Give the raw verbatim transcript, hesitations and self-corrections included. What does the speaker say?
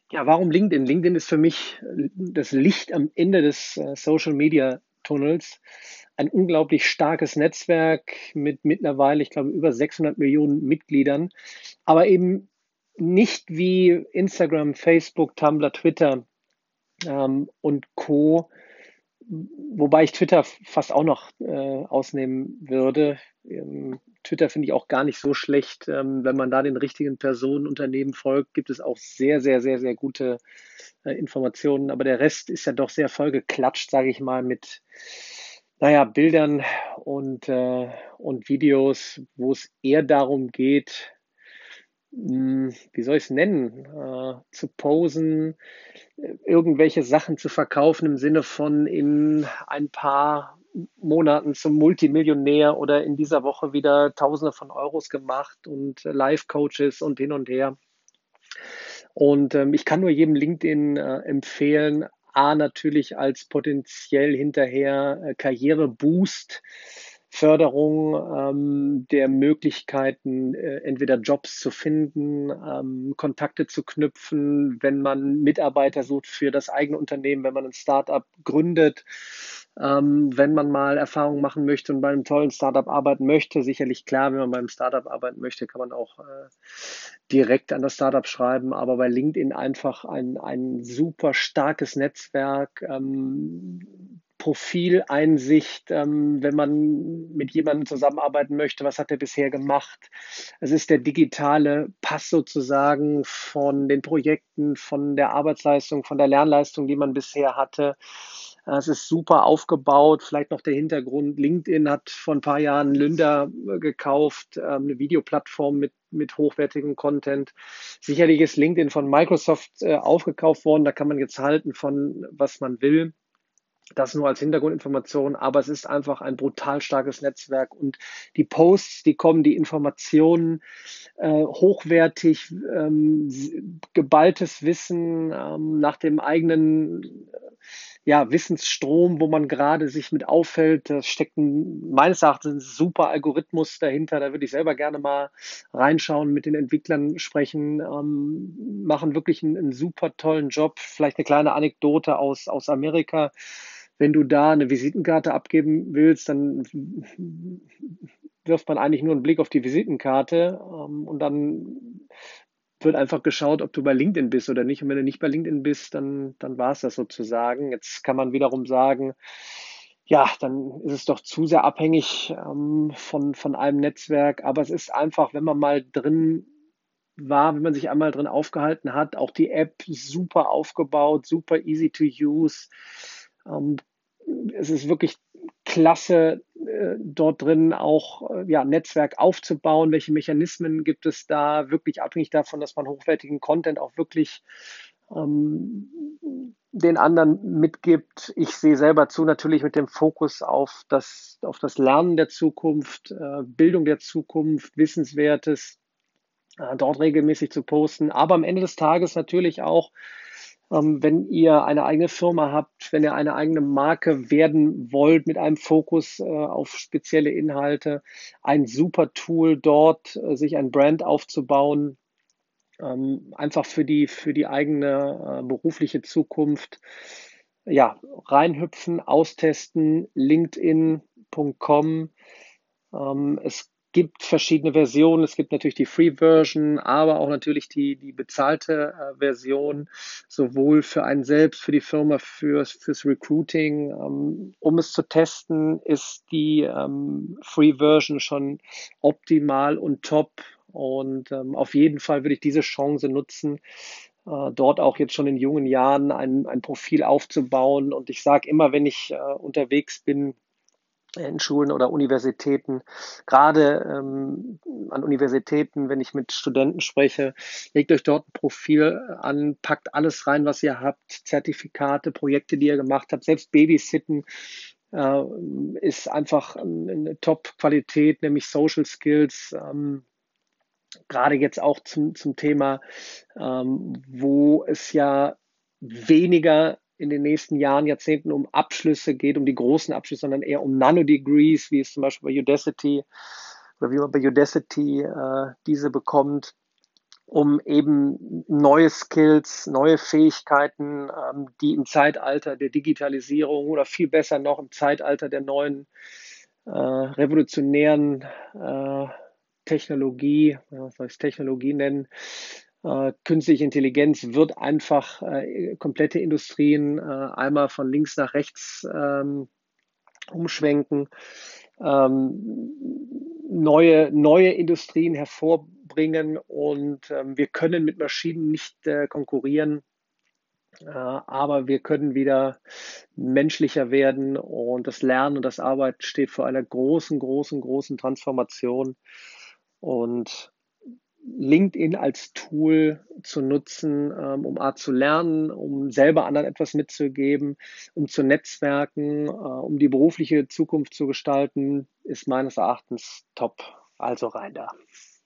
Ja, warum LinkedIn? LinkedIn ist für mich äh, das Licht am Ende des äh, Social Media Tunnels. Ein unglaublich starkes Netzwerk mit mittlerweile, ich glaube, über sechshundert Millionen Mitgliedern, aber eben nicht wie Instagram, Facebook, Tumblr, Twitter ähm, und Co. Wobei ich Twitter fast auch noch äh, ausnehmen würde. Ähm, Twitter finde ich auch gar nicht so schlecht. Ähm, wenn man da den richtigen Personen, Unternehmen folgt, gibt es auch sehr, sehr, sehr, sehr gute äh, Informationen. Aber der Rest ist ja doch sehr vollgeklatscht, sage ich mal, mit, naja, Bildern und, äh, und Videos, wo es eher darum geht, mh, wie soll ich es nennen, äh, zu posen, irgendwelche Sachen zu verkaufen im Sinne von in ein paar Monaten zum Multimillionär oder in dieser Woche wieder Tausende von Euros gemacht und äh, Life-Coaches und hin und her. Und ähm, ich kann nur jedem LinkedIn äh, empfehlen, A, natürlich als potenziell hinterher äh, Karriereboost, Förderung ähm, der Möglichkeiten, äh, entweder Jobs zu finden, ähm, Kontakte zu knüpfen, wenn man Mitarbeiter sucht für das eigene Unternehmen, wenn man ein Startup gründet, ähm, wenn man mal Erfahrungen machen möchte und bei einem tollen Startup arbeiten möchte. Sicherlich klar, wenn man beim Startup arbeiten möchte, kann man auch äh, direkt an das Startup schreiben, aber bei LinkedIn einfach ein, ein super starkes Netzwerk, ähm, Profileinsicht, ähm, wenn man mit jemandem zusammenarbeiten möchte, was hat er bisher gemacht? Es ist der digitale Pass sozusagen von den Projekten, von der Arbeitsleistung, von der Lernleistung, die man bisher hatte. Es ist super aufgebaut. Vielleicht noch der Hintergrund. LinkedIn hat vor ein paar Jahren Lynda äh, gekauft, ähm, eine Videoplattform mit, mit hochwertigem Content. Sicherlich ist LinkedIn von Microsoft äh, aufgekauft worden. Da kann man jetzt halten von, was man will. Das nur als Hintergrundinformation, aber es ist einfach ein brutal starkes Netzwerk und die Posts, die kommen, die Informationen, äh, hochwertig, ähm, geballtes Wissen ähm, nach dem eigenen ja, Wissensstrom, wo man gerade sich mit auffällt. Da steckt ein, meines Erachtens ein super Algorithmus dahinter. Da würde ich selber gerne mal reinschauen, mit den Entwicklern sprechen, ähm, machen wirklich einen, einen super tollen Job. Vielleicht eine kleine Anekdote aus, aus Amerika. Wenn du da eine Visitenkarte abgeben willst, dann wirft man eigentlich nur einen Blick auf die Visitenkarte ähm, und dann wird einfach geschaut, ob du bei LinkedIn bist oder nicht. Und wenn du nicht bei LinkedIn bist, dann, dann war es das sozusagen. Jetzt kann man wiederum sagen, ja, dann ist es doch zu sehr abhängig ähm, von, von einem Netzwerk. Aber es ist einfach, wenn man mal drin war, wenn man sich einmal drin aufgehalten hat, auch die App super aufgebaut, super easy to use. Ähm, Es ist wirklich klasse, äh, dort drin auch äh, ja, Netzwerk aufzubauen. Welche Mechanismen gibt es da? Wirklich abhängig davon, dass man hochwertigen Content auch wirklich ähm, den anderen mitgibt. Ich sehe selber zu, natürlich mit dem Fokus auf das, auf das Lernen der Zukunft, äh, Bildung der Zukunft, Wissenswertes, äh, dort regelmäßig zu posten. Aber am Ende des Tages natürlich auch, ähm, wenn ihr eine eigene Firma habt, wenn ihr eine eigene Marke werden wollt mit einem Fokus äh, auf spezielle Inhalte, ein super Tool dort, äh, sich ein Brand aufzubauen, ähm, einfach für die, für die eigene äh, berufliche Zukunft. Ja, reinhüpfen, austesten, linkedin punkt com. Ähm, es gibt verschiedene Versionen. Es gibt natürlich die Free-Version, aber auch natürlich die, die bezahlte äh, Version, sowohl für einen selbst, für die Firma, fürs, fürs Recruiting. Ähm, um es zu testen, ist die ähm, Free-Version schon optimal und top. Und ähm, auf jeden Fall würde ich diese Chance nutzen, äh, dort auch jetzt schon in jungen Jahren ein, ein Profil aufzubauen. Und ich sage immer, wenn ich äh, unterwegs bin, in Schulen oder Universitäten, gerade ähm, an Universitäten, wenn ich mit Studenten spreche, legt euch dort ein Profil an, packt alles rein, was ihr habt, Zertifikate, Projekte, die ihr gemacht habt, selbst Babysitten äh, ist einfach eine Top-Qualität, nämlich Social Skills. Ähm, gerade jetzt auch zum, zum Thema, ähm, wo es ja weniger in den nächsten Jahren, Jahrzehnten um Abschlüsse geht, um die großen Abschlüsse, sondern eher um Nanodegrees, wie es zum Beispiel bei Udacity oder wie man bei Udacity äh, diese bekommt. um eben neue Skills, neue Fähigkeiten, ähm, die im Zeitalter der Digitalisierung oder viel besser noch im Zeitalter der neuen äh, revolutionären äh, Technologie, ja, was soll ich es Technologie nennen, äh, künstliche Intelligenz wird einfach äh, komplette Industrien äh, einmal von links nach rechts ähm, umschwenken, ähm, neue, neue Industrien hervorbringen und ähm, wir können mit Maschinen nicht äh, konkurrieren, äh, aber wir können wieder menschlicher werden und das Lernen und das Arbeiten steht vor einer großen, großen, großen Transformation und LinkedIn als Tool zu nutzen, ähm, um Art zu lernen, um selber anderen etwas mitzugeben, um zu netzwerken, äh, um die berufliche Zukunft zu gestalten, ist meines Erachtens top. Also rein da.